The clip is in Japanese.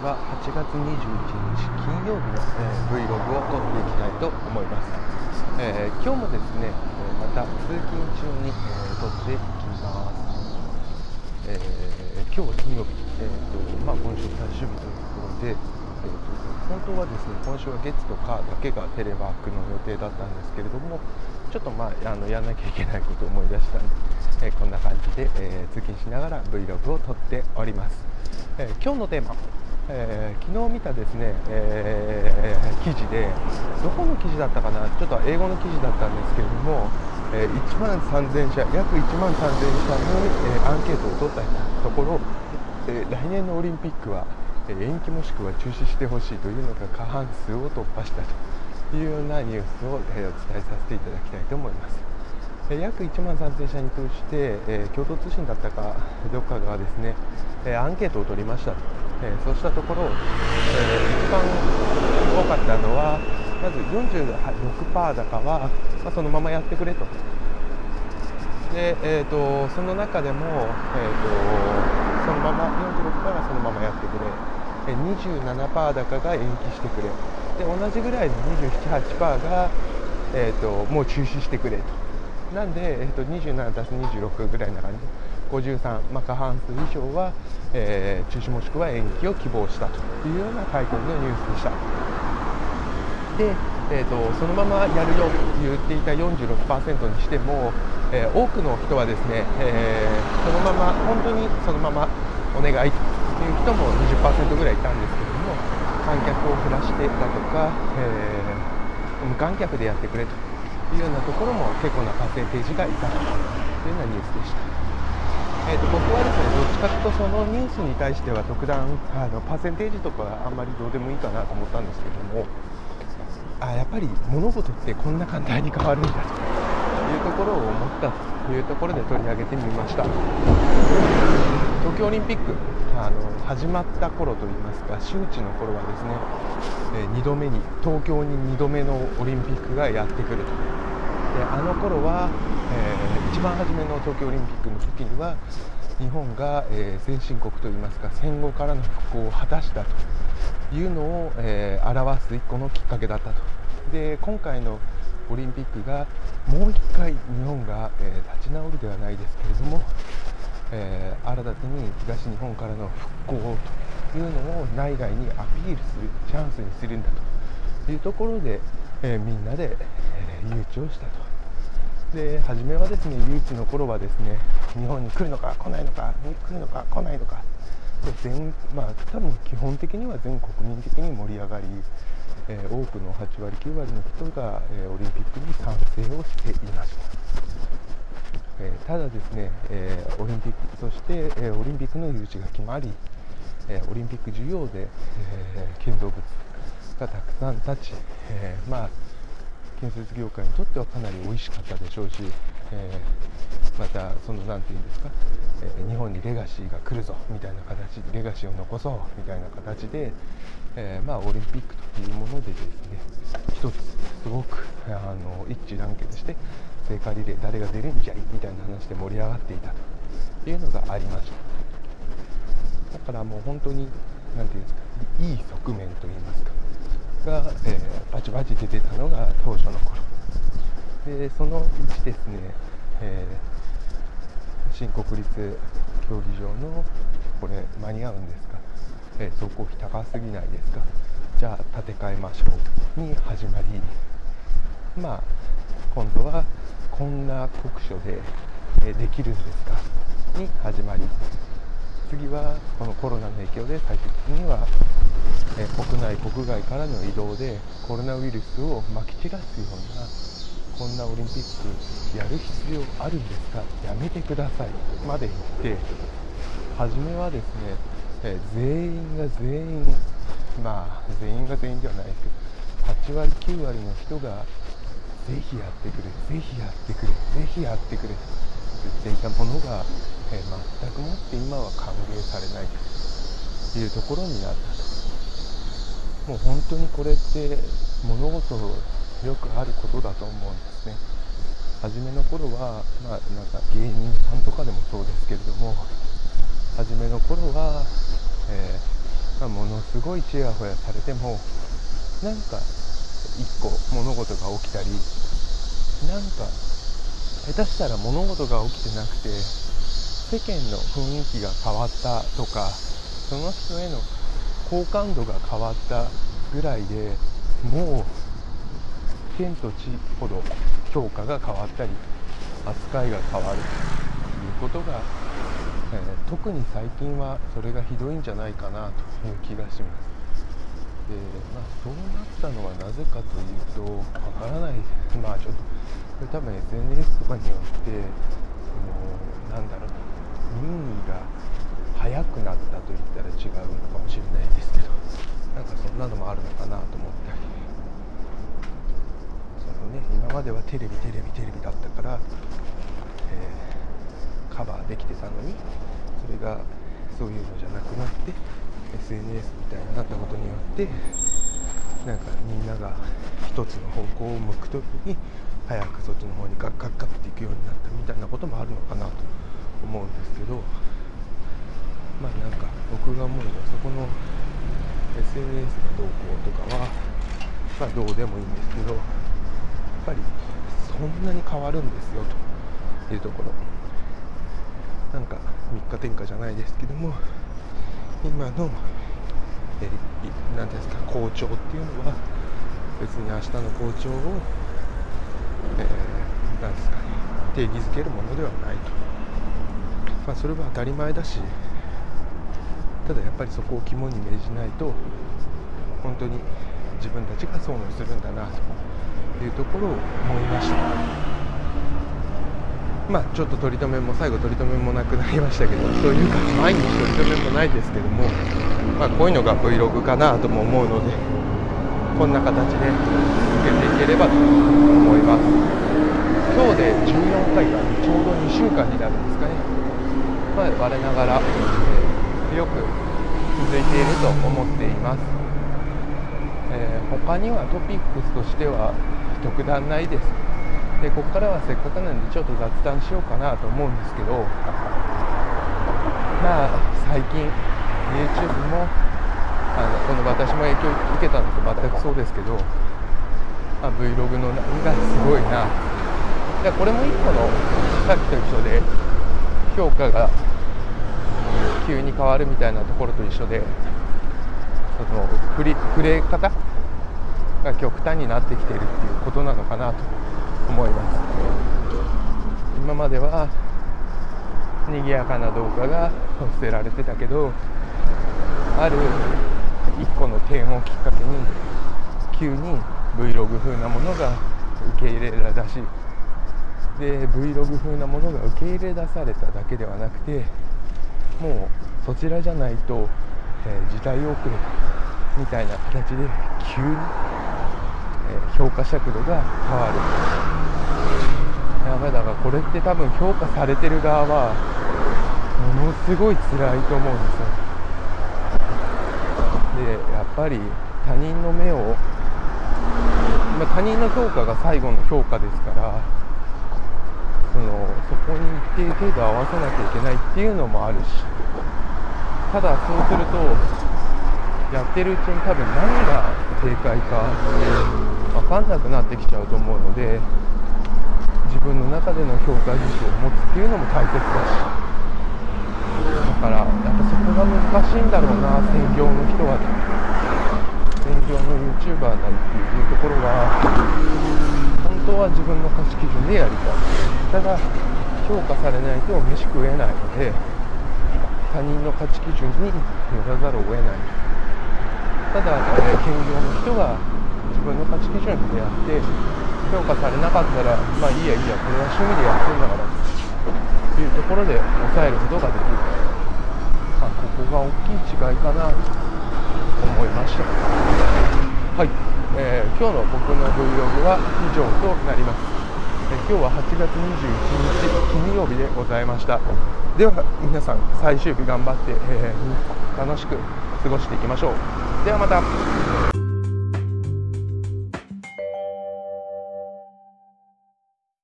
は8月21日金曜日の、Vlog を撮っていきたいと思います。今日もですね、また通勤中に、撮っていきます。今日は金曜日、今週最終日というところで、本当はですね、今週は月と火だけがテレワークの予定だったんですけれども、ちょっとやんなきゃいけないことを思い出したんで、こんな感じで、通勤しながら Vlog を撮っております。今日のテーマ、昨日見たですね、記事で、どこの記事だったかな、ちょっと英語の記事だったんですけれども、1万3000社、約1万3000社に、アンケートを取ったところ、来年のオリンピックは延期もしくは中止してほしいというのが過半数を突破したというようなニュースを、お伝えさせていただきたいと思います。約1万3000社に通して、共同通信だったかどっかがですね、アンケートを取りました。そうしたところ、一番多かったのはまず 46% だかは、そのままやってくれと。で、その中でも、そのまま 46% はそのままやってくれ、27% だかが延期してくれ、で同じぐらいの 27-8% が、もう中止してくれと。なんで、27+26 ぐらいな感じで53、過半数以上は、中止もしくは延期を希望したというようなタイトルのニュースでした。で、そのままやるよと言っていた 46% にしても、多くの人はですね、そのまま本当にそのままお願いという人も 20% ぐらいいたんですけれども、観客を減らしてだとか、無観客でやってくれというようなところも結構なパーセンテージがいたというようなニュースでした。僕はですね、どっちかというとそのニュースに対しては特段パーセンテージとかあんまりどうでもいいかなと思ったんですけども、やっぱり物事ってこんな簡単に変わるんだというところを思ったというところで取り上げてみました。東京オリンピック始まった頃といいますか、周知の頃はですね、2度目に東京に2度目のオリンピックがやってくると。であの頃は、一番初めの東京オリンピックの時には日本が、先進国といいますか戦後からの復興を果たしたというのを、表す一個のきっかけだったと。で今回のオリンピックがもう一回日本が、立ち直るではないですけれども、新たに東日本からの復興というのを内外にアピールするチャンスにするんだというところで、みんなで、誘致をしたと。で初めはですね、誘致の頃はですね、日本に来るのか来ないのか、来るのか来ないのかで多分基本的には全国民的に盛り上がり、多くの8割9割の人が、オリンピックに賛成をしていました。ただですね、オリンピックそして、オリンピックの誘致が決まり、オリンピック需要で、建造物がたくさん立ち、建設業界にとってはかなり美味しかったでしょうし、またそのなんていうんですか、日本にレガシーが来るぞみたいな形でレガシーを残そうみたいな形で、オリンピックというものでですね、一つすごく一致団結して聖火リレー誰が出るんじゃいみたいな話で盛り上がっていたというのがありました。だからもう本当になんていうんですか、いい側面といいますかが、バチバチ出てたのが当初の頃で、そのうちですね、新国立競技場のこれ間に合うんですか、走行費高すぎないですか、じゃあ建て替えましょうに始まり、今度はこんな酷暑で、できるんですかに始まり、次はこのコロナの影響で最終的には、国内国外からの移動でコロナウイルスをまき散らすような、こんなオリンピックやる必要あるんですか、やめてくださいまで言って、初めはですね、全員が全員ではないですけど、8割9割の人がぜひやってくれぜひやってくれぜひやってくれと言っていたものが、全くもって今は歓迎されないというところになったと。もう本当にこれって物事よくあることだと思うんですね。初めの頃は、芸人さんとかでもそうですけれども、初めの頃は、 ものすごいちやほやされても、なんか一個物事が起きたり、なんか下手したら物事が起きてなくて世間の雰囲気が変わったとか、その人への好感度が変わったぐらいでもう天と地ほど評価が変わったり扱いが変わるということが、特に最近はそれがひどいんじゃないかなという気がします。そうなったのはなぜかというとわからないです。ちょっとこれ多分 SNS とかによって民意が早くなったと言ったら違うのかもしれないですけど、そんなのもあるのかなと思ったり、今まではテレビだったから、カバーできてたのに、それがそういうのじゃなくなって SNS みたいになったことによって、みんなが一つの方向を向くときに早くそっちの方にガッガッガッっていくようになったみたいなこともあるのかなと思うんですけど、僕が思うのはそこの SNS がどうこうとかはどうでもいいんですけど、やっぱりそんなに変わるんですよというところ、三日天下じゃないですけども、今の何ですか、好調っていうのは別に明日の好調を、定義づけるものではないと、それは当たり前だし、ただやっぱりそこを肝に銘じないと本当に自分たちが損をするんだなというところを思いました。ちょっと最後取り留めもなくなりましたけど、というか毎日取り留めもないですけども、こういうのが Vlog かなとも思うので、こんな形で続けていければと思います。今日で14回がちょうど2週間になるんですかね。我ながら、よく続いていると思っています。他にはトピックスとしては特段ないです。でここからはせっかくなんでちょっと雑談しようかなと思うんですけど、最近 YouTube もこの私も影響を受けたのと全くそうですけど、Vlog の何がすごいな、これも一個のさっきと一緒で評価が急に変わるみたいなところと一緒で、その触れ方が極端になってきているっていうことなのかなと思います。今までは賑やかな動画が載せられてたけど、ある一個の点をきっかけに急に Vlog 風なものが受け入れられだし、で Vlog 風なものが受け入れ出されただけではなくて、もうそちらじゃないと、時代遅れみたいな形で急に、評価尺度が変わる。だからこれって多分評価されてる側はものすごい辛いと思うんですよ。でやっぱり他人の目を、他人の評価が最後の評価ですから、そこに一定程度合わせなきゃいけないっていうのもあるし、ただそうするとやってるうちに多分何が正解か分かんなくなってきちゃうと思うので、自分の中での評価軸を持つっていうのも大切だし、だからやっぱそこが難しいんだろうな、専業の人は、専業の YouTuber だっていうところは本当は自分の価値基準でやりたい。ただ評価されないと飯食えないので、他人の価値基準に乗らざるを得ない。ただ、兼業の人は自分の価値基準でやって評価されなかったら、いいやこれは趣味でやってるんだからというところで抑えることができる。ここが大きい違いかなと思いました。はい、今日の僕の Vlog は以上となります。今日は8月21日金曜日でございました。では皆さん最終日頑張って、楽しく過ごしていきましょう。ではまた。